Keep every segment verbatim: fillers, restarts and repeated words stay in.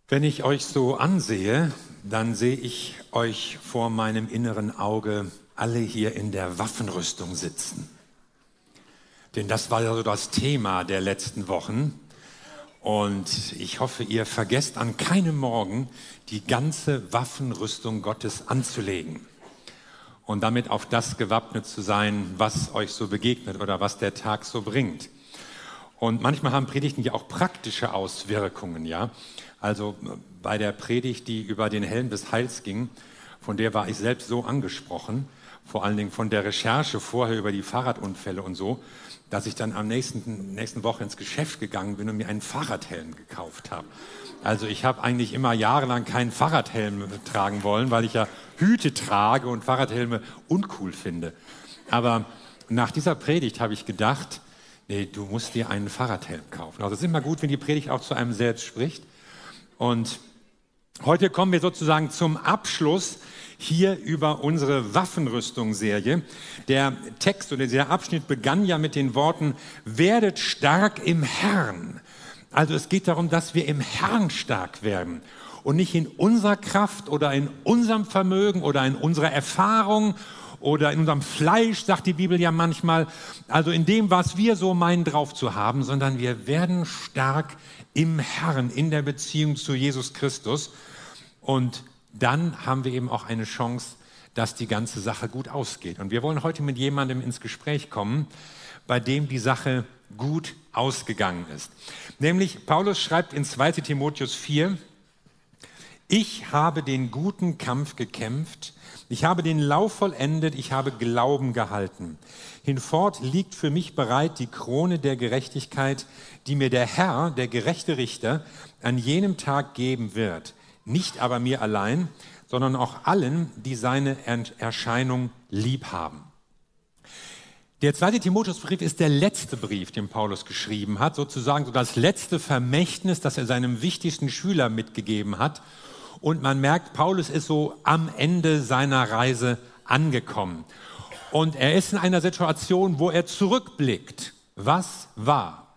Wenn ich euch so ansehe, dann sehe ich euch vor meinem inneren Auge alle hier in der Waffenrüstung sitzen. Denn das war ja so das Thema der letzten Wochen. Und ich hoffe, ihr vergesst an keinem Morgen, die ganze Waffenrüstung Gottes anzulegen. Und damit auf das gewappnet zu sein, was euch so begegnet oder was der Tag so bringt. Und manchmal haben Predigten ja auch praktische Auswirkungen, ja. Also bei der Predigt, die über den Helm des Heils ging, von der war ich selbst so angesprochen, vor allen Dingen von der Recherche vorher über die Fahrradunfälle und so, dass ich dann am nächsten, nächsten Woche ins Geschäft gegangen bin und mir einen Fahrradhelm gekauft habe. Also ich habe eigentlich immer jahrelang keinen Fahrradhelm tragen wollen, weil ich ja Hüte trage und Fahrradhelme uncool finde. Aber nach dieser Predigt habe ich gedacht, nee, du musst dir einen Fahrradhelm kaufen. Also es ist immer gut, wenn die Predigt auch zu einem selbst spricht. Und heute kommen wir sozusagen zum Abschluss hier über unsere Waffenrüstung-Serie. Der Text oder der Abschnitt begann ja mit den Worten, werdet stark im Herrn. Also es geht darum, dass wir im Herrn stark werden und nicht in unserer Kraft oder in unserem Vermögen oder in unserer Erfahrung oder in unserem Fleisch, sagt die Bibel ja manchmal, also in dem, was wir so meinen, drauf zu haben, sondern wir werden stark im Herrn, in der Beziehung zu Jesus Christus. Und dann haben wir eben auch eine Chance, dass die ganze Sache gut ausgeht. Und wir wollen heute mit jemandem ins Gespräch kommen, bei dem die Sache gut ausgegangen ist. Nämlich, Paulus schreibt in zweiter Timotheus vier, ich habe den guten Kampf gekämpft, ich habe den Lauf vollendet, ich habe Glauben gehalten. Hinfort liegt für mich bereit die Krone der Gerechtigkeit, die mir der Herr, der gerechte Richter, an jenem Tag geben wird. Nicht aber mir allein, sondern auch allen, die seine Erscheinung lieb haben. Der zweite Timotheusbrief ist der letzte Brief, den Paulus geschrieben hat, sozusagen so das letzte Vermächtnis, das er seinem wichtigsten Schüler mitgegeben hat. Und man merkt, Paulus ist so am Ende seiner Reise angekommen. Und er ist in einer Situation, wo er zurückblickt. Was war?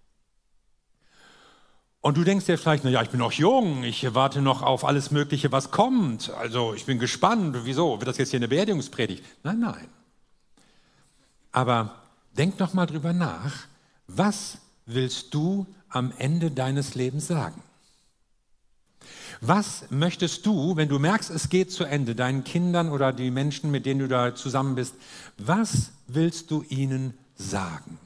Und du denkst dir vielleicht, na ja, ich bin noch jung, ich warte noch auf alles Mögliche, was kommt. Also ich bin gespannt, wieso? Wird das jetzt hier eine Beerdigungspredigt? Nein, nein. Aber denk noch mal drüber nach, was willst du am Ende deines Lebens sagen? Was möchtest du, wenn du merkst, es geht zu Ende, deinen Kindern oder die Menschen, mit denen du da zusammen bist, was willst du ihnen sagen?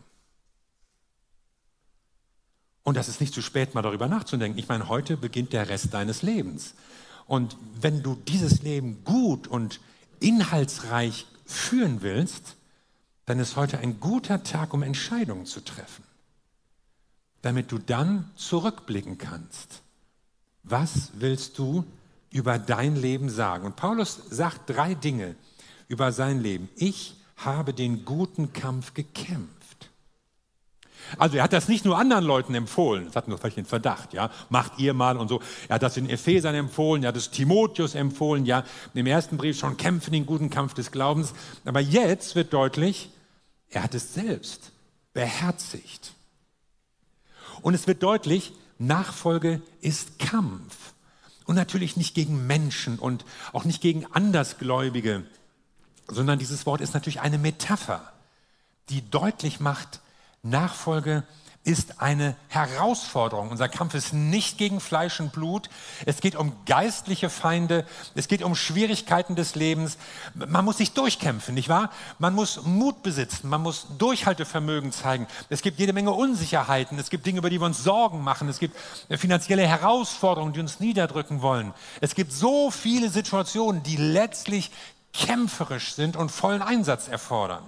Und das ist nicht zu spät, mal darüber nachzudenken. Ich meine, heute beginnt der Rest deines Lebens. Und wenn du dieses Leben gut und inhaltsreich führen willst, dann ist heute ein guter Tag, um Entscheidungen zu treffen, damit du dann zurückblicken kannst. Was willst du über dein Leben sagen? Und Paulus sagt drei Dinge über sein Leben. Ich habe den guten Kampf gekämpft. Also er hat das nicht nur anderen Leuten empfohlen, das hat nur vielleicht den Verdacht, ja, macht ihr mal und so. Er hat das den Ephesern empfohlen, er hat es Timotheus empfohlen, ja, im ersten Brief schon kämpfen den guten Kampf des Glaubens. Aber jetzt wird deutlich, er hat es selbst beherzigt. Und es wird deutlich, Nachfolge ist Kampf. Und natürlich nicht gegen Menschen und auch nicht gegen Andersgläubige, sondern dieses Wort ist natürlich eine Metapher, die deutlich macht, Nachfolge ist eine Herausforderung. Unser Kampf ist nicht gegen Fleisch und Blut. Es geht um geistliche Feinde. Es geht um Schwierigkeiten des Lebens. Man muss sich durchkämpfen, nicht wahr? Man muss Mut besitzen. Man muss Durchhaltevermögen zeigen. Es gibt jede Menge Unsicherheiten. Es gibt Dinge, über die wir uns Sorgen machen. Es gibt finanzielle Herausforderungen, die uns niederdrücken wollen. Es gibt so viele Situationen, die letztlich kämpferisch sind und vollen Einsatz erfordern.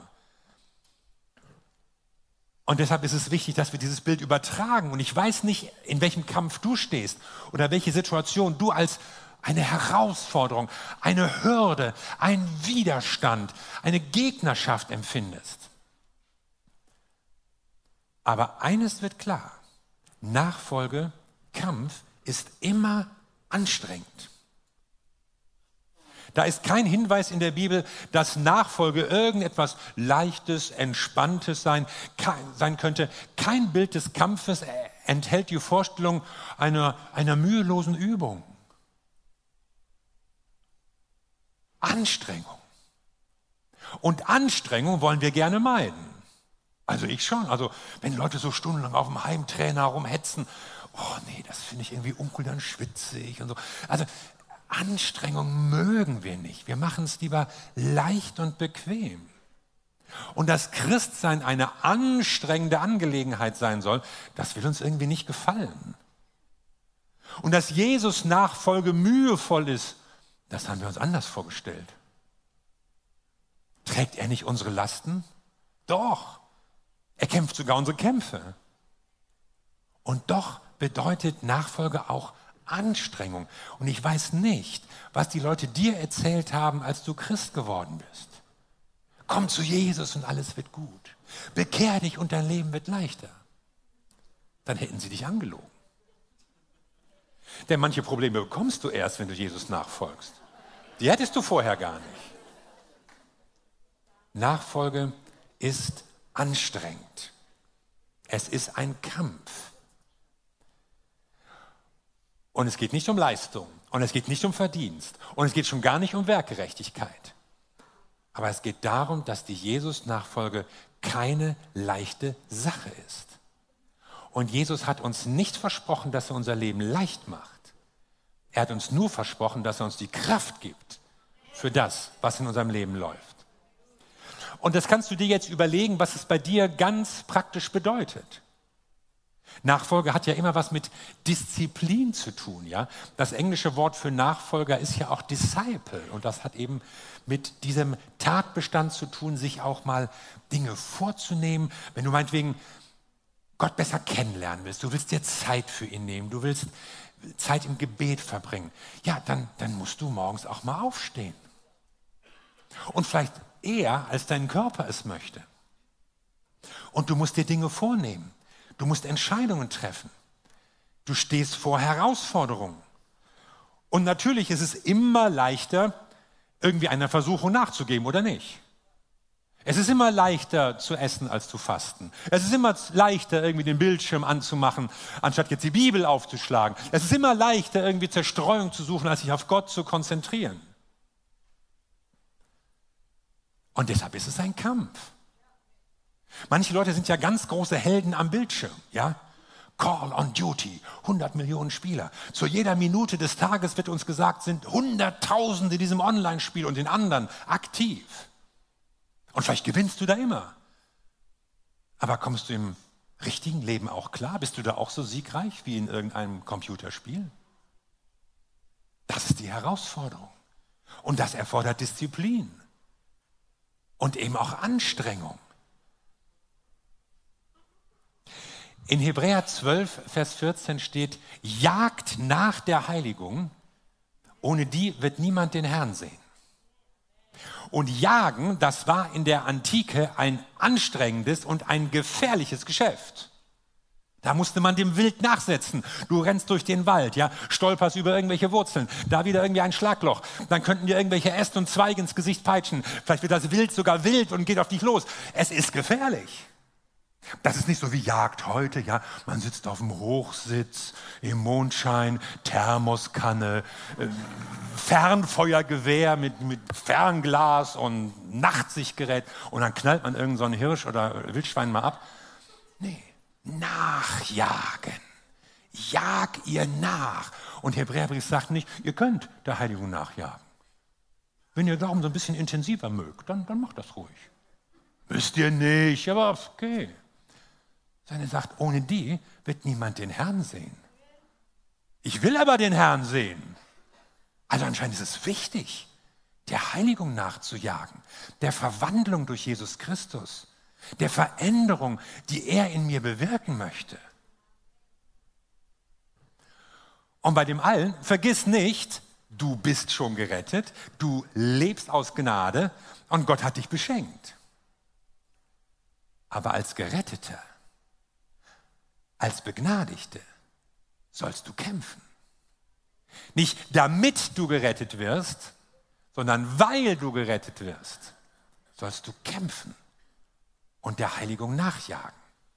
Und deshalb ist es wichtig, dass wir dieses Bild übertragen. Und ich weiß nicht, in welchem Kampf du stehst oder welche Situation du als eine Herausforderung, eine Hürde, einen Widerstand, eine Gegnerschaft empfindest. Aber eines wird klar, Nachfolge, Kampf ist immer anstrengend. Da ist kein Hinweis in der Bibel, dass Nachfolge irgendetwas Leichtes, Entspanntes sein, sein könnte. Kein Bild des Kampfes enthält die Vorstellung einer, einer mühelosen Übung. Anstrengung. Und Anstrengung wollen wir gerne meiden. Also ich schon. Also wenn Leute so stundenlang auf dem Heimtrainer rumhetzen, oh nee, das finde ich irgendwie uncool, dann schwitze ich und so. Also Anstrengung mögen wir nicht. Wir machen es lieber leicht und bequem. Und dass Christsein eine anstrengende Angelegenheit sein soll, das will uns irgendwie nicht gefallen. Und dass Jesus Nachfolge mühevoll ist, das haben wir uns anders vorgestellt. Trägt er nicht unsere Lasten? Doch. Er kämpft sogar unsere Kämpfe. Und doch bedeutet Nachfolge auch Anstrengung. Und ich weiß nicht, was die Leute dir erzählt haben, als du Christ geworden bist. Komm zu Jesus und alles wird gut. Bekehr dich und dein Leben wird leichter. Dann hätten sie dich angelogen. Denn manche Probleme bekommst du erst, wenn du Jesus nachfolgst. Die hättest du vorher gar nicht. Nachfolge ist anstrengend. Es ist ein Kampf. Und es geht nicht um Leistung und es geht nicht um Verdienst und es geht schon gar nicht um Werkgerechtigkeit. Aber es geht darum, dass die Jesus-Nachfolge keine leichte Sache ist. Und Jesus hat uns nicht versprochen, dass er unser Leben leicht macht. Er hat uns nur versprochen, dass er uns die Kraft gibt für das, was in unserem Leben läuft. Und das kannst du dir jetzt überlegen, was es bei dir ganz praktisch bedeutet. Nachfolge hat ja immer was mit Disziplin zu tun. Ja? Das englische Wort für Nachfolger ist ja auch Disciple. Und das hat eben mit diesem Tatbestand zu tun, sich auch mal Dinge vorzunehmen. Wenn du meinetwegen Gott besser kennenlernen willst, du willst dir Zeit für ihn nehmen, du willst Zeit im Gebet verbringen, ja, dann, dann musst du morgens auch mal aufstehen. Und vielleicht eher, als dein Körper es möchte. Und du musst dir Dinge vornehmen. Du musst Entscheidungen treffen. Du stehst vor Herausforderungen. Und natürlich ist es immer leichter, irgendwie einer Versuchung nachzugeben, oder nicht? Es ist immer leichter zu essen, als zu fasten. Es ist immer leichter, irgendwie den Bildschirm anzumachen, anstatt jetzt die Bibel aufzuschlagen. Es ist immer leichter, irgendwie Zerstreuung zu suchen, als sich auf Gott zu konzentrieren. Und deshalb ist es ein Kampf. Manche Leute sind ja ganz große Helden am Bildschirm, ja? Call on Duty, hundert Millionen Spieler. Zu jeder Minute des Tages wird uns gesagt, sind Hunderttausende in diesem Online-Spiel und den anderen aktiv. Und vielleicht gewinnst du da immer. Aber kommst du im richtigen Leben auch klar? Bist du da auch so siegreich wie in irgendeinem Computerspiel? Das ist die Herausforderung. Und das erfordert Disziplin. Und eben auch Anstrengung. In Hebräer zwölf, Vers vierzehn steht, jagt nach der Heiligung, ohne die wird niemand den Herrn sehen. Und jagen, das war in der Antike ein anstrengendes und ein gefährliches Geschäft. Da musste man dem Wild nachsetzen. Du rennst durch den Wald, ja, stolperst über irgendwelche Wurzeln, da wieder irgendwie ein Schlagloch. Dann könnten dir irgendwelche Äste und Zweige ins Gesicht peitschen. Vielleicht wird das Wild sogar wild und geht auf dich los. Es ist gefährlich. Das ist nicht so wie Jagd heute, ja. Man sitzt auf dem Hochsitz, im Mondschein, Thermoskanne, äh, Fernfeuergewehr mit, mit Fernglas und Nachtsichtgerät und dann knallt man irgend so einen Hirsch oder Wildschwein mal ab. Nee, nachjagen. Jag ihr nach. Und Hebräerbrief sagt nicht, ihr könnt der Heiligung nachjagen. Wenn ihr Glauben so ein bisschen intensiver mögt, dann, dann macht das ruhig. Müsst ihr nicht, aber okay. Sondern er sagt, ohne die wird niemand den Herrn sehen. Ich will aber den Herrn sehen. Also anscheinend ist es wichtig, der Heiligung nachzujagen, der Verwandlung durch Jesus Christus, der Veränderung, die er in mir bewirken möchte. Und bei dem allen, vergiss nicht, du bist schon gerettet, du lebst aus Gnade und Gott hat dich beschenkt. Aber als Geretteter, als Begnadigte sollst du kämpfen. Nicht damit du gerettet wirst, sondern weil du gerettet wirst, sollst du kämpfen und der Heiligung nachjagen.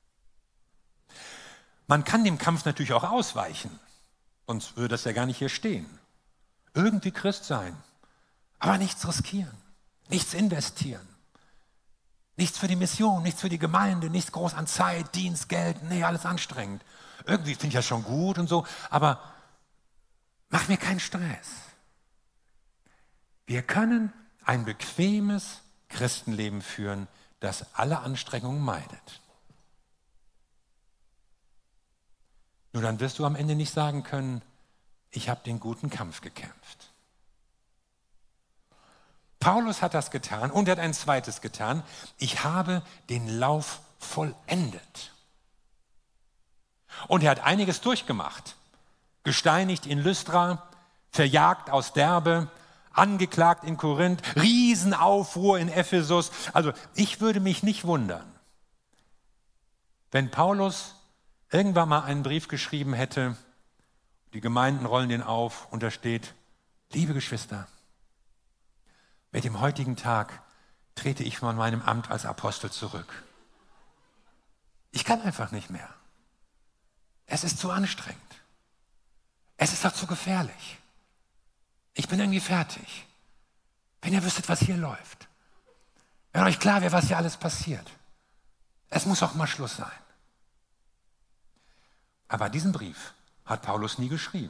Man kann dem Kampf natürlich auch ausweichen, sonst würde das ja gar nicht hier stehen. Irgendwie Christ sein, aber nichts riskieren, nichts investieren. Nichts für die Mission, nichts für die Gemeinde, nichts groß an Zeit, Dienst, Geld, nee, alles anstrengend. Irgendwie finde ich das schon gut und so, aber mach mir keinen Stress. Wir können ein bequemes Christenleben führen, das alle Anstrengungen meidet. Nur dann wirst du am Ende nicht sagen können, ich habe den guten Kampf gekämpft. Paulus hat das getan und er hat ein zweites getan. Ich habe den Lauf vollendet. Und er hat einiges durchgemacht. Gesteinigt in Lystra, verjagt aus Derbe, angeklagt in Korinth, Riesenaufruhr in Ephesus. Also ich würde mich nicht wundern, wenn Paulus irgendwann mal einen Brief geschrieben hätte, die Gemeinden rollen den auf und da steht, liebe Geschwister, mit dem heutigen Tag trete ich von meinem Amt als Apostel zurück. Ich kann einfach nicht mehr. Es ist zu anstrengend. Es ist auch zu gefährlich. Ich bin irgendwie fertig. Wenn ihr wüsstet, was hier läuft. Wenn euch klar wäre, was hier alles passiert. Es muss auch mal Schluss sein. Aber diesen Brief hat Paulus nie geschrieben.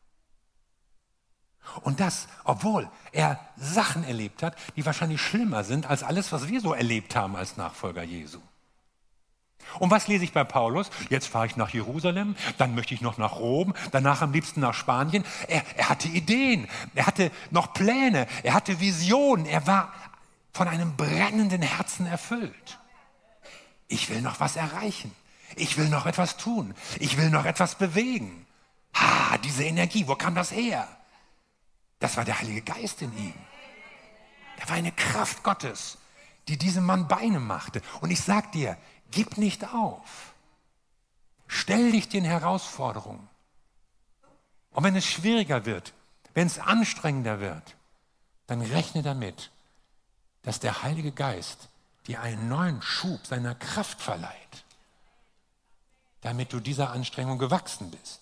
Und das, obwohl er Sachen erlebt hat, die wahrscheinlich schlimmer sind als alles, was wir so erlebt haben als Nachfolger Jesu. Und was lese ich bei Paulus? Jetzt fahre ich nach Jerusalem, dann möchte ich noch nach Rom, danach am liebsten nach Spanien. Er, er hatte Ideen, er hatte noch Pläne, er hatte Visionen, er war von einem brennenden Herzen erfüllt. Ich will noch was erreichen, ich will noch etwas tun, ich will noch etwas bewegen. Ha, diese Energie, wo kam das her? Das war der Heilige Geist in ihm. Da war eine Kraft Gottes, die diesem Mann Beine machte. Und ich sag dir, gib nicht auf. Stell dich den Herausforderungen. Und wenn es schwieriger wird, wenn es anstrengender wird, dann rechne damit, dass der Heilige Geist dir einen neuen Schub seiner Kraft verleiht, damit du dieser Anstrengung gewachsen bist.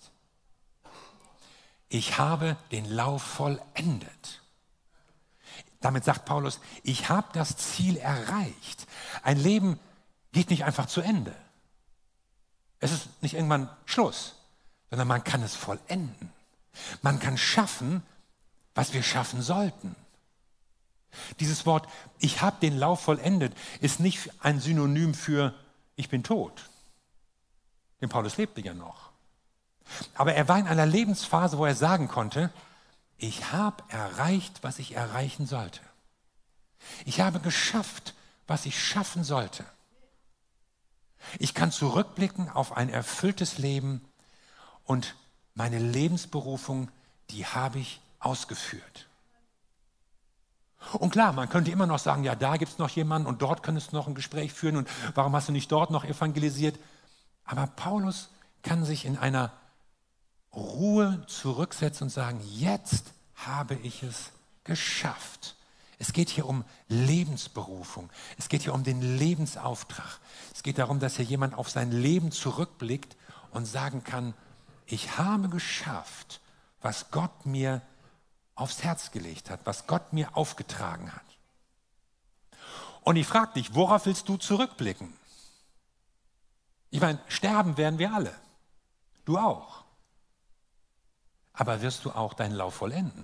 Ich habe den Lauf vollendet. Damit sagt Paulus, ich habe das Ziel erreicht. Ein Leben geht nicht einfach zu Ende. Es ist nicht irgendwann Schluss, sondern man kann es vollenden. Man kann schaffen, was wir schaffen sollten. Dieses Wort, ich habe den Lauf vollendet, ist nicht ein Synonym für ich bin tot. Denn Paulus lebte ja noch. Aber er war in einer Lebensphase, wo er sagen konnte, ich habe erreicht, was ich erreichen sollte. Ich habe geschafft, was ich schaffen sollte. Ich kann zurückblicken auf ein erfülltes Leben und meine Lebensberufung, die habe ich ausgeführt. Und klar, man könnte immer noch sagen, ja, da gibt es noch jemanden und dort könntest du noch ein Gespräch führen und warum hast du nicht dort noch evangelisiert? Aber Paulus kann sich in einer Ruhe zurücksetzen und sagen, jetzt habe ich es geschafft. Es geht hier um Lebensberufung. Es geht hier um den Lebensauftrag. Es geht darum, dass hier jemand auf sein Leben zurückblickt und sagen kann, ich habe geschafft, was Gott mir aufs Herz gelegt hat, was Gott mir aufgetragen hat. Und ich frage dich, worauf willst du zurückblicken? Ich meine, sterben werden wir alle. Du auch. Aber wirst du auch deinen Lauf vollenden?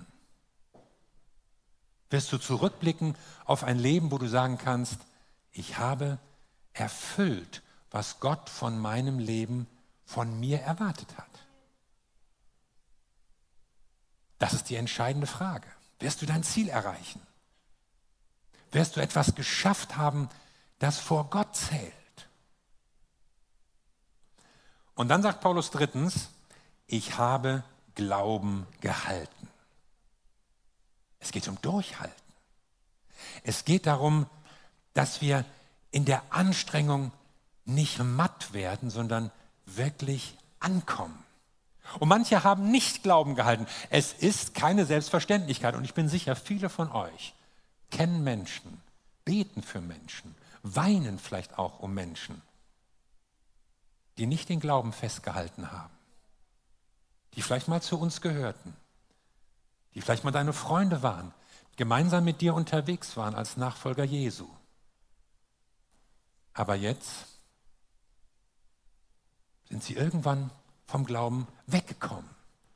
Wirst du zurückblicken auf ein Leben, wo du sagen kannst, ich habe erfüllt, was Gott von meinem Leben von mir erwartet hat? Das ist die entscheidende Frage. Wirst du dein Ziel erreichen? Wirst du etwas geschafft haben, das vor Gott zählt? Und dann sagt Paulus drittens, ich habe Glauben gehalten. Es geht um Durchhalten. Es geht darum, dass wir in der Anstrengung nicht matt werden, sondern wirklich ankommen. Und manche haben nicht Glauben gehalten. Es ist keine Selbstverständlichkeit. Und ich bin sicher, viele von euch kennen Menschen, beten für Menschen, weinen vielleicht auch um Menschen, die nicht den Glauben festgehalten haben, die vielleicht mal zu uns gehörten, die vielleicht mal deine Freunde waren, gemeinsam mit dir unterwegs waren als Nachfolger Jesu. Aber jetzt sind sie irgendwann vom Glauben weggekommen.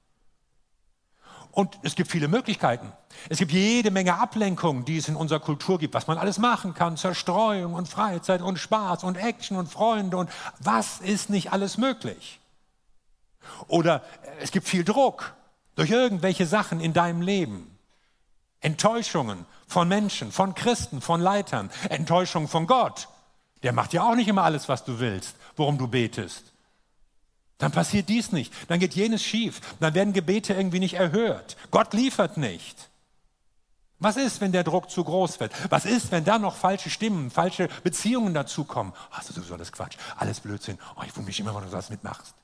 Und es gibt viele Möglichkeiten. Es gibt jede Menge Ablenkungen, die es in unserer Kultur gibt, was man alles machen kann. Zerstreuung und Freizeit und Spaß und Action und Freunde und was ist nicht alles möglich. Oder es gibt viel Druck durch irgendwelche Sachen in deinem Leben. Enttäuschungen von Menschen, von Christen, von Leitern. Enttäuschungen von Gott. Der macht ja auch nicht immer alles, was du willst, worum du betest. Dann passiert dies nicht, dann geht jenes schief, dann werden Gebete irgendwie nicht erhört. Gott liefert nicht. Was ist, wenn der Druck zu groß wird? Was ist, wenn da noch falsche Stimmen, falsche Beziehungen dazukommen? Ach, das ist sowieso alles Quatsch, alles Blödsinn. Oh, ich wundere mich immer, wenn du das mitmachst.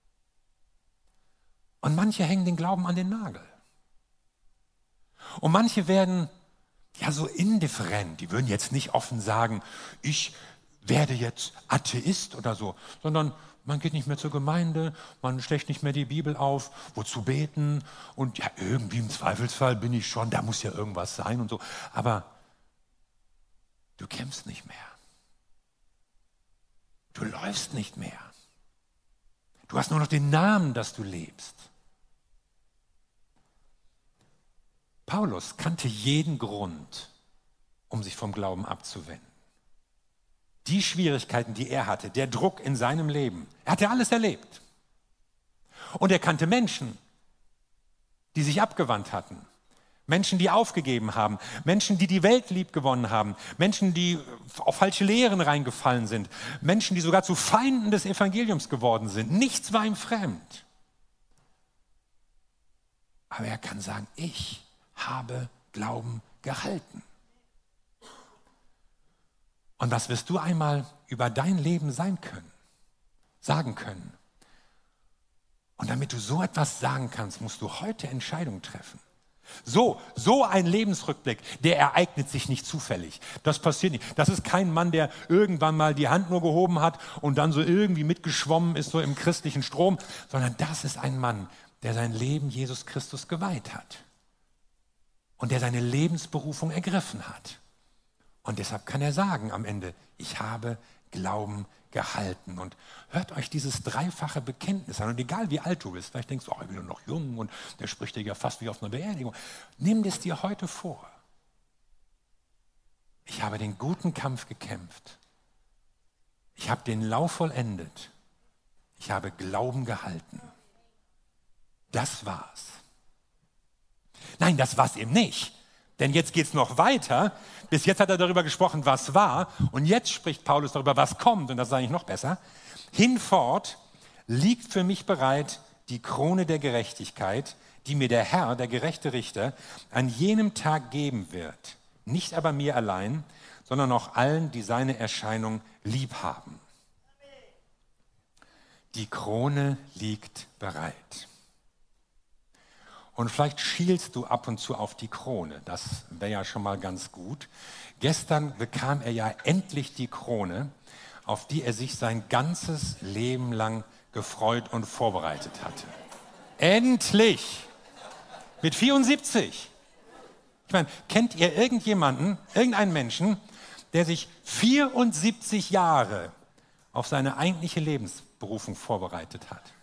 Und manche hängen den Glauben an den Nagel. Und manche werden ja so indifferent. Die würden jetzt nicht offen sagen, ich werde jetzt Atheist oder so, sondern man geht nicht mehr zur Gemeinde, man schlägt nicht mehr die Bibel auf, wozu beten und ja, irgendwie im Zweifelsfall bin ich schon, da muss ja irgendwas sein und so. Aber du kämpfst nicht mehr. Du läufst nicht mehr. Du hast nur noch den Namen, dass du lebst. Paulus kannte jeden Grund, um sich vom Glauben abzuwenden. Die Schwierigkeiten, die er hatte, der Druck in seinem Leben, er hatte alles erlebt. Und er kannte Menschen, die sich abgewandt hatten. Menschen, die aufgegeben haben. Menschen, die die Welt liebgewonnen haben. Menschen, die auf falsche Lehren reingefallen sind. Menschen, die sogar zu Feinden des Evangeliums geworden sind. Nichts war ihm fremd. Aber er kann sagen, ich habe Glauben gehalten. Und was wirst du einmal über dein Leben sein können, sagen können? Und damit du so etwas sagen kannst, musst du heute Entscheidungen treffen. So, so ein Lebensrückblick, der ereignet sich nicht zufällig. Das passiert nicht. Das ist kein Mann, der irgendwann mal die Hand nur gehoben hat und dann so irgendwie mitgeschwommen ist, so im christlichen Strom, sondern das ist ein Mann, der sein Leben Jesus Christus geweiht hat und der seine Lebensberufung ergriffen hat. Und deshalb kann er sagen am Ende, ich habe Glauben gehalten. Und hört euch dieses dreifache Bekenntnis an. Und egal wie alt du bist, vielleicht denkst du, oh, ich bin doch noch jung und der spricht dir ja fast wie auf einer Beerdigung. Nimm es dir heute vor. Ich habe den guten Kampf gekämpft. Ich habe den Lauf vollendet. Ich habe Glauben gehalten. Das war's. Nein, das war's eben nicht. Denn jetzt geht es noch weiter. Bis jetzt hat er darüber gesprochen, was war. Und jetzt spricht Paulus darüber, was kommt. Und das ist eigentlich noch besser. Hinfort liegt für mich bereit die Krone der Gerechtigkeit, die mir der Herr, der gerechte Richter, an jenem Tag geben wird. Nicht aber mir allein, sondern auch allen, die seine Erscheinung lieb haben. Die Krone liegt bereit. Und vielleicht schielst du ab und zu auf die Krone. Das wäre ja schon mal ganz gut. Gestern bekam er ja endlich die Krone, auf die er sich sein ganzes Leben lang gefreut und vorbereitet hatte. Endlich! Mit vierundsiebzig. Ich meine, kennt ihr irgendjemanden, irgendeinen Menschen, der sich vierundsiebzig Jahre auf seine eigentliche Lebensberufung vorbereitet hat?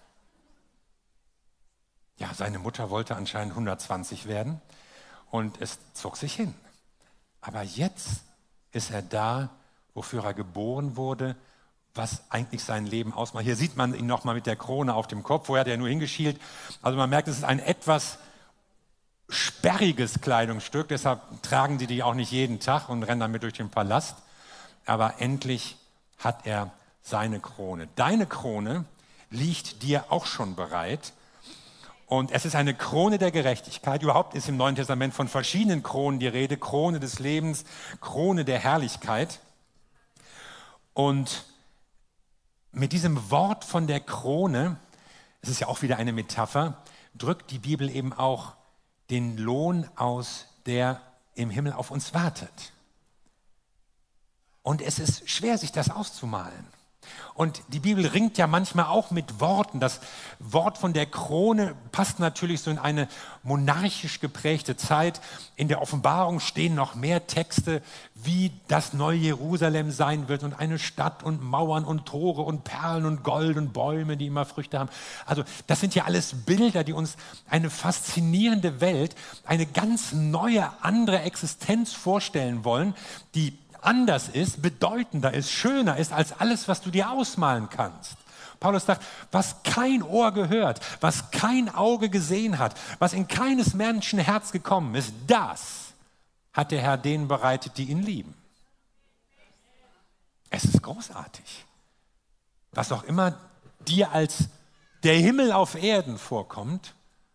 Ja, seine Mutter wollte anscheinend hundertzwanzig werden und es zog sich hin. Aber jetzt ist er da, wofür er geboren wurde, was eigentlich sein Leben ausmacht. Hier sieht man ihn nochmal mit der Krone auf dem Kopf, vorher hat er nur hingeschielt. Also man merkt, es ist ein etwas sperriges Kleidungsstück, deshalb tragen die die auch nicht jeden Tag und rennen damit durch den Palast. Aber endlich hat er seine Krone. Deine Krone liegt dir auch schon bereit. Und es ist eine Krone der Gerechtigkeit. Überhaupt ist im Neuen Testament von verschiedenen Kronen die Rede. Krone des Lebens, Krone der Herrlichkeit. Und mit diesem Wort von der Krone es ist ja auch wieder eine Metapher, drückt die Bibel eben auch den Lohn aus, der im Himmel auf uns wartet. Und es ist schwer, sich das auszumalen. Und die Bibel ringt ja manchmal auch mit Worten. Das Wort von der Krone passt natürlich so in eine monarchisch geprägte Zeit. In der Offenbarung stehen noch mehr Texte, wie das neue Jerusalem sein wird und eine Stadt und Mauern und Tore und Perlen und Gold und Bäume, die immer Früchte haben. Also das sind ja alles Bilder, die uns eine faszinierende Welt, eine ganz neue, andere Existenz vorstellen wollen, die anders ist, bedeutender ist, schöner ist als alles, was du dir ausmalen kannst. Paulus sagt, was kein Ohr gehört, was kein Auge gesehen hat, was in keines Menschen Herz gekommen ist, das hat der Herr denen bereitet, die ihn lieben. Es ist großartig. Was auch immer dir als der Himmel auf Erden vorkommt,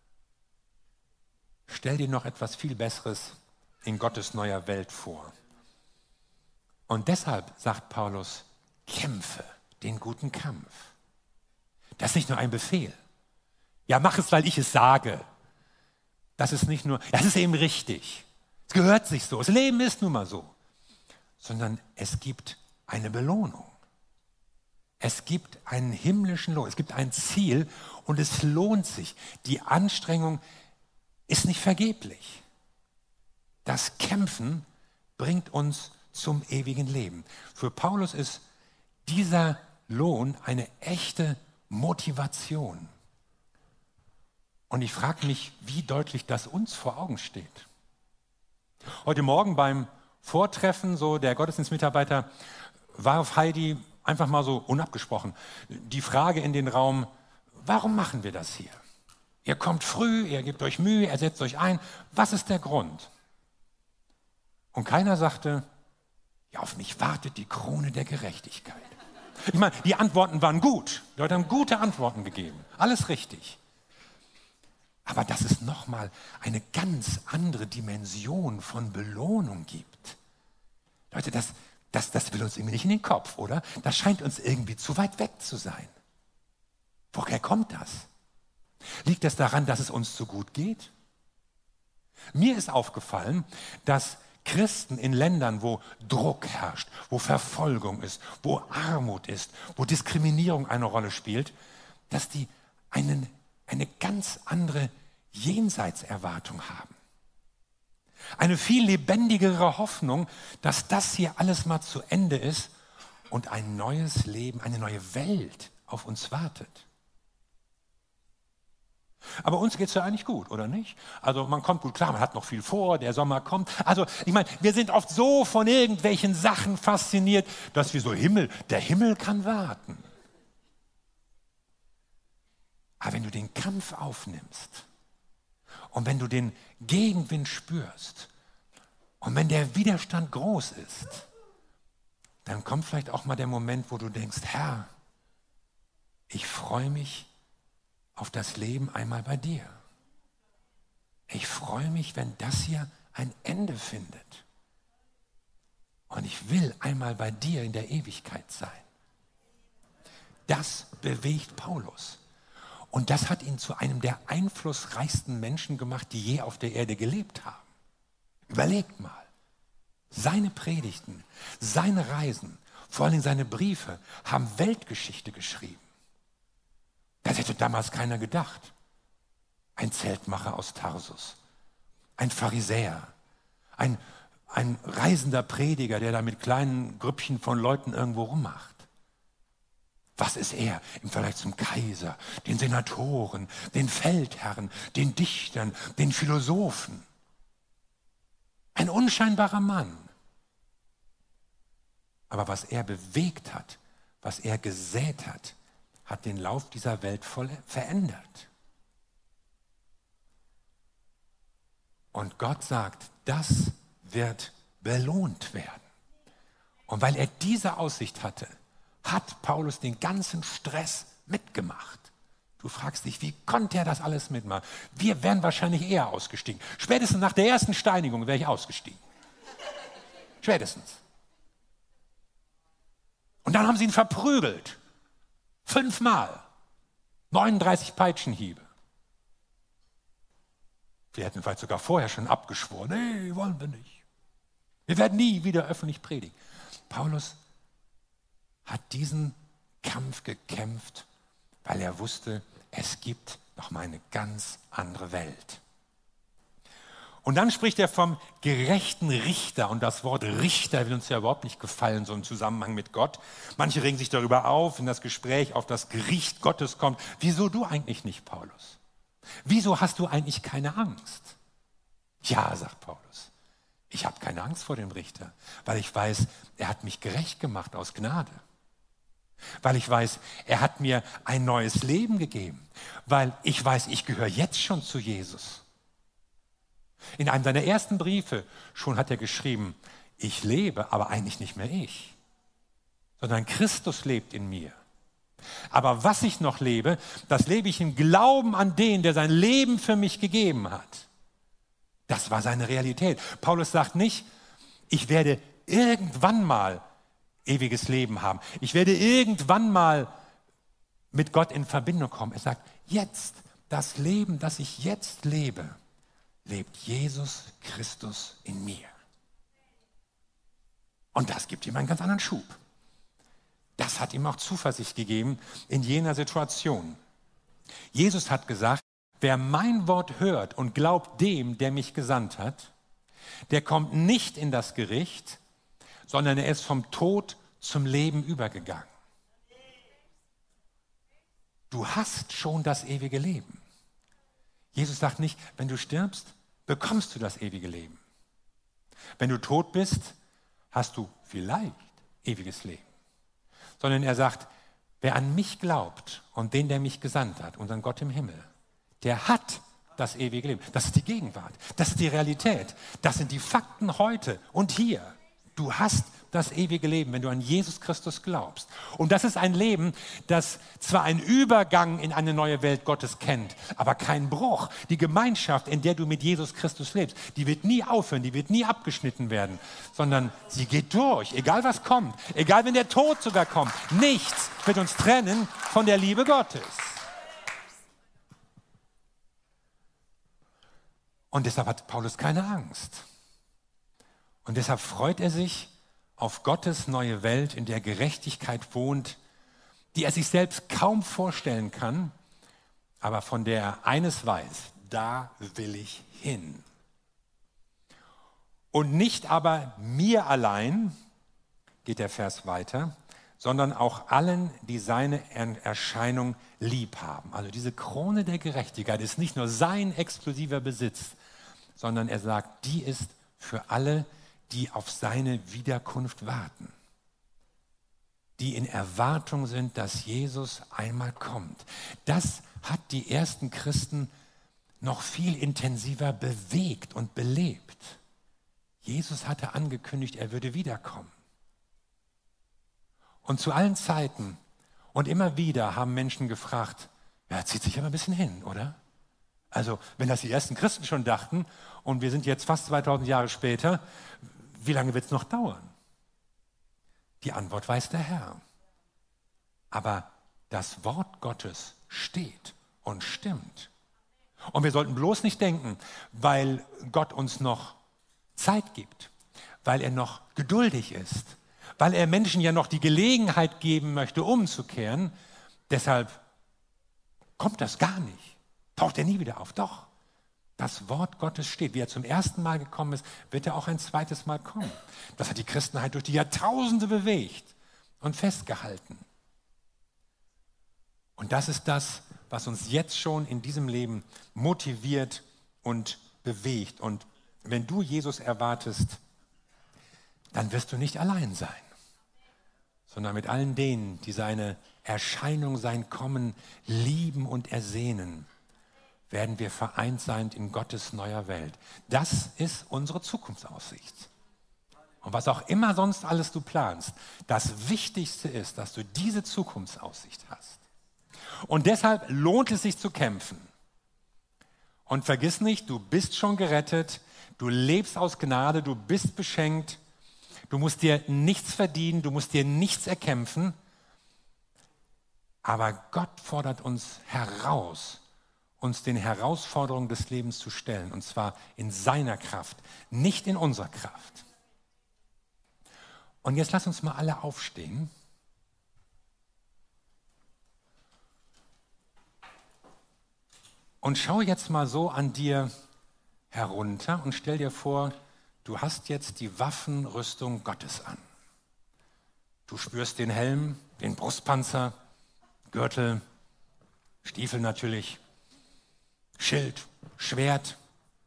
stell dir noch etwas viel Besseres in Gottes neuer Welt vor. Und deshalb sagt Paulus, kämpfe den guten Kampf. Das ist nicht nur ein Befehl. Ja, mach es, weil ich es sage. Das ist nicht nur, das ist eben richtig. Es gehört sich so. Das Leben ist nun mal so. Sondern es gibt eine Belohnung. Es gibt einen himmlischen Lohn. Es gibt ein Ziel und es lohnt sich. Die Anstrengung ist nicht vergeblich. Das Kämpfen bringt uns zum ewigen Leben. Für Paulus ist dieser Lohn eine echte Motivation. Und ich frage mich, wie deutlich das uns vor Augen steht. Heute Morgen beim Vortreffen so der Gottesdienstmitarbeiter warf Heidi einfach mal so unabgesprochen die Frage in den Raum, warum machen wir das hier? Ihr kommt früh, ihr gebt euch Mühe, ihr setzt euch ein. Was ist der Grund? Und keiner sagte, ja, auf mich wartet die Krone der Gerechtigkeit. Ich meine, die Antworten waren gut. Die Leute haben gute Antworten gegeben. Alles richtig. Aber dass es nochmal eine ganz andere Dimension von Belohnung gibt. Leute, das, das, das will uns irgendwie nicht in den Kopf, oder? Das scheint uns irgendwie zu weit weg zu sein. Woher kommt das? Liegt das daran, dass es uns so gut geht? Mir ist aufgefallen, dass Christen in Ländern, wo Druck herrscht, wo Verfolgung ist, wo Armut ist, wo Diskriminierung eine Rolle spielt, dass die einen, eine ganz andere Jenseitserwartung haben. Eine viel lebendigere Hoffnung, dass das hier alles mal zu Ende ist und ein neues Leben, eine neue Welt auf uns wartet. Aber uns geht es ja eigentlich gut, oder nicht? Also man kommt gut klar, man hat noch viel vor, der Sommer kommt. Also ich meine, wir sind oft so von irgendwelchen Sachen fasziniert, dass wir so Himmel, der Himmel kann warten. Aber wenn du den Kampf aufnimmst und wenn du den Gegenwind spürst und wenn der Widerstand groß ist, dann kommt vielleicht auch mal der Moment, wo du denkst, Herr, ich freue mich auf das Leben einmal bei dir. Ich freue mich, wenn das hier ein Ende findet. Und ich will einmal bei dir in der Ewigkeit sein. Das bewegt Paulus. Und das hat ihn zu einem der einflussreichsten Menschen gemacht, die je auf der Erde gelebt haben. Überlegt mal. Seine Predigten, seine Reisen, vor allem seine Briefe, haben Weltgeschichte geschrieben. Das hätte damals keiner gedacht. Ein Zeltmacher aus Tarsus, ein Pharisäer, ein, ein reisender Prediger, der da mit kleinen Grüppchen von Leuten irgendwo rummacht. Was ist er im Vergleich zum Kaiser, den Senatoren, den Feldherren, den Dichtern, den Philosophen? Ein unscheinbarer Mann. Aber was er bewegt hat, was er gesät hat, hat den Lauf dieser Welt voll verändert. Und Gott sagt, das wird belohnt werden. Und weil er diese Aussicht hatte, hat Paulus den ganzen Stress mitgemacht. Du fragst dich, wie konnte er das alles mitmachen? Wir wären wahrscheinlich eher ausgestiegen. Spätestens nach der ersten Steinigung wäre ich ausgestiegen. Spätestens. Und dann haben sie ihn verprügelt. Fünfmal. neununddreißig Peitschenhiebe. Wir hätten vielleicht sogar vorher schon abgeschworen, nee, wollen wir nicht. Wir werden nie wieder öffentlich predigen. Paulus hat diesen Kampf gekämpft, weil er wusste, es gibt noch mal eine ganz andere Welt. Und dann spricht er vom gerechten Richter. Und das Wort Richter will uns ja überhaupt nicht gefallen, so im Zusammenhang mit Gott. Manche regen sich darüber auf, wenn das Gespräch auf das Gericht Gottes kommt. Wieso du eigentlich nicht, Paulus? Wieso hast du eigentlich keine Angst? Ja, sagt Paulus, ich habe keine Angst vor dem Richter, weil ich weiß, er hat mich gerecht gemacht aus Gnade. Weil ich weiß, er hat mir ein neues Leben gegeben. Weil ich weiß, ich gehöre jetzt schon zu Jesus. In einem seiner ersten Briefe schon hat er geschrieben, ich lebe, aber eigentlich nicht mehr ich, sondern Christus lebt in mir. Aber was ich noch lebe, das lebe ich im Glauben an den, der sein Leben für mich gegeben hat. Das war seine Realität. Paulus sagt nicht, ich werde irgendwann mal ewiges Leben haben. Ich werde irgendwann mal mit Gott in Verbindung kommen. Er sagt, jetzt, das Leben, das ich jetzt lebe, lebt Jesus Christus in mir. Und das gibt ihm einen ganz anderen Schub. Das hat ihm auch Zuversicht gegeben in jener Situation. Jesus hat gesagt, wer mein Wort hört und glaubt dem, der mich gesandt hat, der kommt nicht in das Gericht, sondern er ist vom Tod zum Leben übergegangen. Du hast schon das ewige Leben. Jesus sagt nicht, wenn du stirbst, bekommst du das ewige Leben. Wenn du tot bist, hast du vielleicht ewiges Leben. Sondern er sagt, wer an mich glaubt und den, der mich gesandt hat, unseren Gott im Himmel, der hat das ewige Leben. Das ist die Gegenwart, das ist die Realität, das sind die Fakten heute und hier. Du hast das ewige Leben, wenn du an Jesus Christus glaubst. Und das ist ein Leben, das zwar einen Übergang in eine neue Welt Gottes kennt, aber keinen Bruch. Die Gemeinschaft, in der du mit Jesus Christus lebst, die wird nie aufhören, die wird nie abgeschnitten werden, sondern sie geht durch, egal was kommt, egal wenn der Tod sogar kommt. Nichts wird uns trennen von der Liebe Gottes. Und deshalb hat Paulus keine Angst. Und deshalb freut er sich auf Gottes neue Welt, in der Gerechtigkeit wohnt, die er sich selbst kaum vorstellen kann, aber von der er eines weiß, da will ich hin. Und nicht aber mir allein, geht der Vers weiter, sondern auch allen, die seine Erscheinung lieb haben. Also diese Krone der Gerechtigkeit ist nicht nur sein exklusiver Besitz, sondern er sagt, die ist für alle, die auf seine Wiederkunft warten, die in Erwartung sind, dass Jesus einmal kommt. Das hat die ersten Christen noch viel intensiver bewegt und belebt. Jesus hatte angekündigt, er würde wiederkommen. Und zu allen Zeiten und immer wieder haben Menschen gefragt, ja, zieht sich aber ein bisschen hin, oder? Also, wenn das die ersten Christen schon dachten und wir sind jetzt fast zweitausend Jahre später, wie lange wird es noch dauern? Die Antwort weiß der Herr. Aber das Wort Gottes steht und stimmt. Und wir sollten bloß nicht denken, weil Gott uns noch Zeit gibt, weil er noch geduldig ist, weil er Menschen ja noch die Gelegenheit geben möchte, umzukehren. Deshalb kommt das gar nicht. Taucht er nie wieder auf. Doch. Das Wort Gottes steht. Wie er zum ersten Mal gekommen ist, wird er auch ein zweites Mal kommen. Das hat die Christenheit durch die Jahrtausende bewegt und festgehalten. Und das ist das, was uns jetzt schon in diesem Leben motiviert und bewegt. Und wenn du Jesus erwartest, dann wirst du nicht allein sein, sondern mit allen denen, die seine Erscheinung, sein Kommen lieben und ersehnen, werden wir vereint sein in Gottes neuer Welt. Das ist unsere Zukunftsaussicht. Und was auch immer sonst alles du planst, das Wichtigste ist, dass du diese Zukunftsaussicht hast. Und deshalb lohnt es sich zu kämpfen. Und vergiss nicht, du bist schon gerettet, du lebst aus Gnade, du bist beschenkt, du musst dir nichts verdienen, du musst dir nichts erkämpfen. Aber Gott fordert uns heraus, uns den Herausforderungen des Lebens zu stellen. Und zwar in seiner Kraft, nicht in unserer Kraft. Und jetzt lass uns mal alle aufstehen. Und schau jetzt mal so an dir herunter und stell dir vor, du hast jetzt die Waffenrüstung Gottes an. Du spürst den Helm, den Brustpanzer, Gürtel, Stiefel natürlich, Schild, Schwert.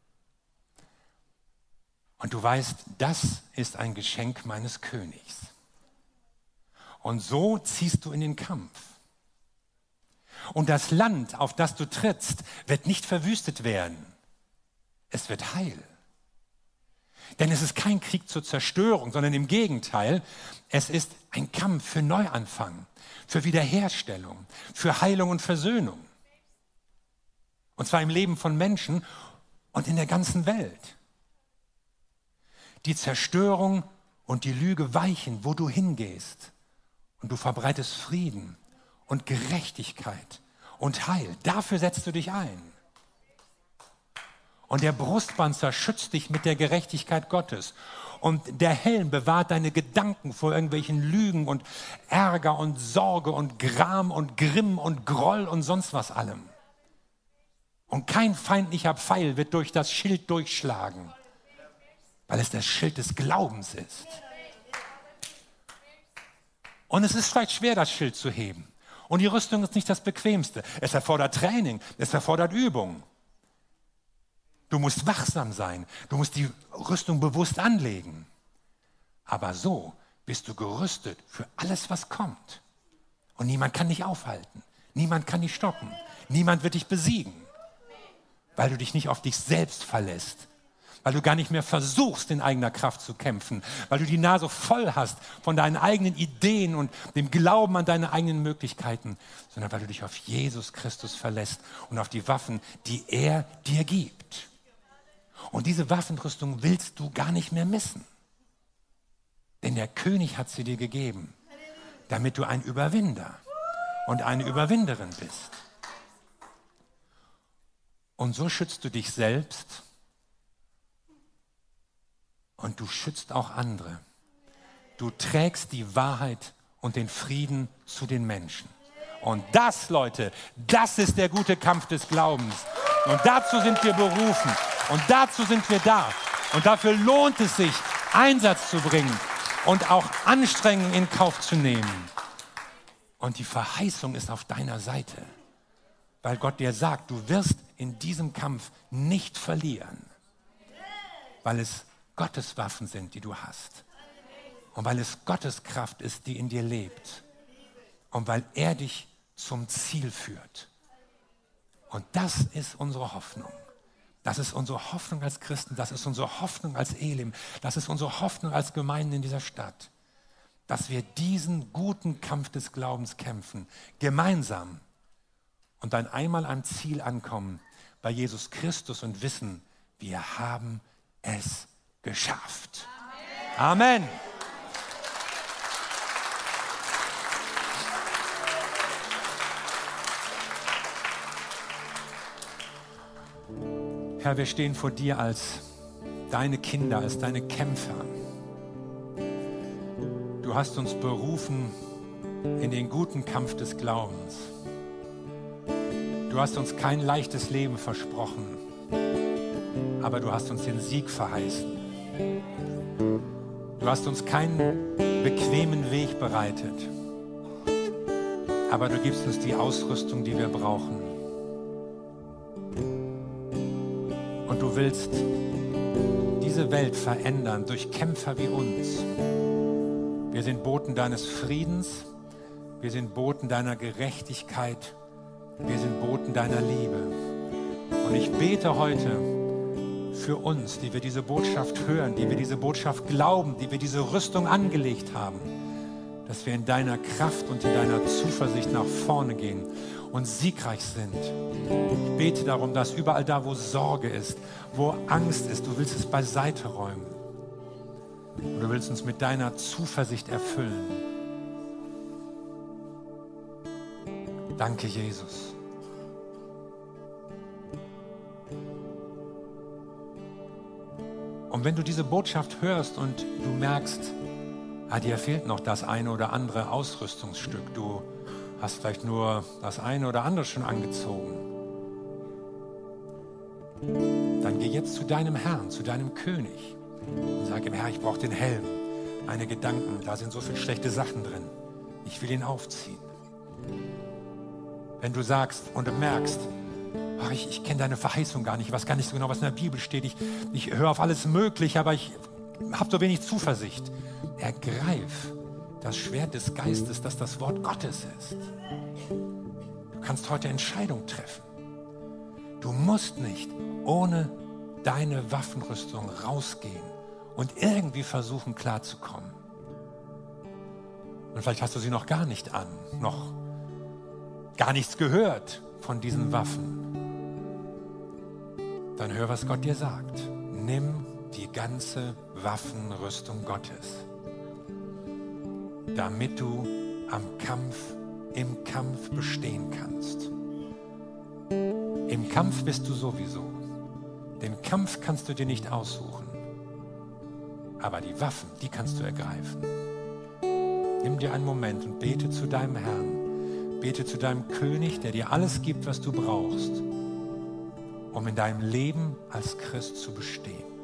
Und du weißt, das ist ein Geschenk meines Königs. Und so ziehst du in den Kampf. Und das Land, auf das du trittst, wird nicht verwüstet werden. Es wird heil. Denn es ist kein Krieg zur Zerstörung, sondern im Gegenteil, es ist ein Kampf für Neuanfang, für Wiederherstellung, für Heilung und Versöhnung. Und zwar im Leben von Menschen und in der ganzen Welt. Die Zerstörung und die Lüge weichen, wo du hingehst. Und du verbreitest Frieden und Gerechtigkeit und Heil. Dafür setzt du dich ein. Und der Brustpanzer schützt dich mit der Gerechtigkeit Gottes. Und der Helm bewahrt deine Gedanken vor irgendwelchen Lügen und Ärger und Sorge und Gram und Grimm und Groll und sonst was allem. Und kein feindlicher Pfeil wird durch das Schild durchschlagen, weil es das Schild des Glaubens ist. Und es ist vielleicht schwer, das Schild zu heben. Und die Rüstung ist nicht das Bequemste. Es erfordert Training, es erfordert Übung. Du musst wachsam sein, du musst die Rüstung bewusst anlegen. Aber so bist du gerüstet für alles, was kommt. Und niemand kann dich aufhalten, niemand kann dich stoppen, niemand wird dich besiegen, weil du dich nicht auf dich selbst verlässt, weil du gar nicht mehr versuchst, in eigener Kraft zu kämpfen, weil du die Nase voll hast von deinen eigenen Ideen und dem Glauben an deine eigenen Möglichkeiten, sondern weil du dich auf Jesus Christus verlässt und auf die Waffen, die er dir gibt. Und diese Waffenrüstung willst du gar nicht mehr missen. Denn der König hat sie dir gegeben, damit du ein Überwinder und eine Überwinderin bist. Und so schützt du dich selbst und du schützt auch andere. Du trägst die Wahrheit und den Frieden zu den Menschen. Und das, Leute, das ist der gute Kampf des Glaubens. Und dazu sind wir berufen. Und dazu sind wir da. Und dafür lohnt es sich, Einsatz zu bringen und auch Anstrengungen in Kauf zu nehmen. Und die Verheißung ist auf deiner Seite, weil Gott dir sagt, du wirst in diesem Kampf nicht verlieren, weil es Gottes Waffen sind, die du hast. Und weil es Gottes Kraft ist, die in dir lebt. Und weil er dich zum Ziel führt. Und das ist unsere Hoffnung. Das ist unsere Hoffnung als Christen, das ist unsere Hoffnung als Elim, das ist unsere Hoffnung als Gemeinden in dieser Stadt, dass wir diesen guten Kampf des Glaubens kämpfen, gemeinsam und dann einmal am Ziel ankommen bei Jesus Christus und wissen, wir haben es geschafft. Amen. Amen. Herr, wir stehen vor dir als deine Kinder, als deine Kämpfer. Du hast uns berufen in den guten Kampf des Glaubens. Du hast uns kein leichtes Leben versprochen, aber du hast uns den Sieg verheißen. Du hast uns keinen bequemen Weg bereitet, aber du gibst uns die Ausrüstung, die wir brauchen. Und du willst diese Welt verändern durch Kämpfer wie uns. Wir sind Boten deines Friedens, wir sind Boten deiner Gerechtigkeit, wir sind Boten deiner Liebe. Und ich bete heute für uns, die wir diese Botschaft hören, die wir diese Botschaft glauben, die wir diese Rüstung angelegt haben, dass wir in deiner Kraft und in deiner Zuversicht nach vorne gehen und siegreich sind. Ich bete darum, dass überall da, wo Sorge ist, wo Angst ist, du willst es beiseite räumen. Und du willst uns mit deiner Zuversicht erfüllen. Danke, Jesus. Und wenn du diese Botschaft hörst und du merkst, ah, dir fehlt noch das eine oder andere Ausrüstungsstück, du hast vielleicht nur das eine oder andere schon angezogen, dann geh jetzt zu deinem Herrn, zu deinem König und sag ihm, Herr, ich brauche den Helm. Meine Gedanken, da sind so viele schlechte Sachen drin. Ich will ihn aufziehen. Wenn du sagst und du merkst, ach, ich, ich kenne deine Verheißung gar nicht, ich weiß gar nicht so genau, was in der Bibel steht, ich, ich höre auf alles Mögliche, aber ich habe so wenig Zuversicht. Ergreif das Schwert des Geistes, das das Wort Gottes ist. Du kannst heute Entscheidungen treffen. Du musst nicht ohne deine Waffenrüstung rausgehen und irgendwie versuchen klarzukommen. Und vielleicht hast du sie noch gar nicht an, noch gar nichts gehört von diesen Waffen. Dann hör, was Gott dir sagt. Nimm die ganze Waffenrüstung Gottes, damit du am Kampf, im Kampf bestehen kannst. Im Kampf bist du sowieso. Den Kampf kannst du dir nicht aussuchen. Aber die Waffen, die kannst du ergreifen. Nimm dir einen Moment und bete zu deinem Herrn. Bete zu deinem König, der dir alles gibt, was du brauchst, um in deinem Leben als Christ zu bestehen.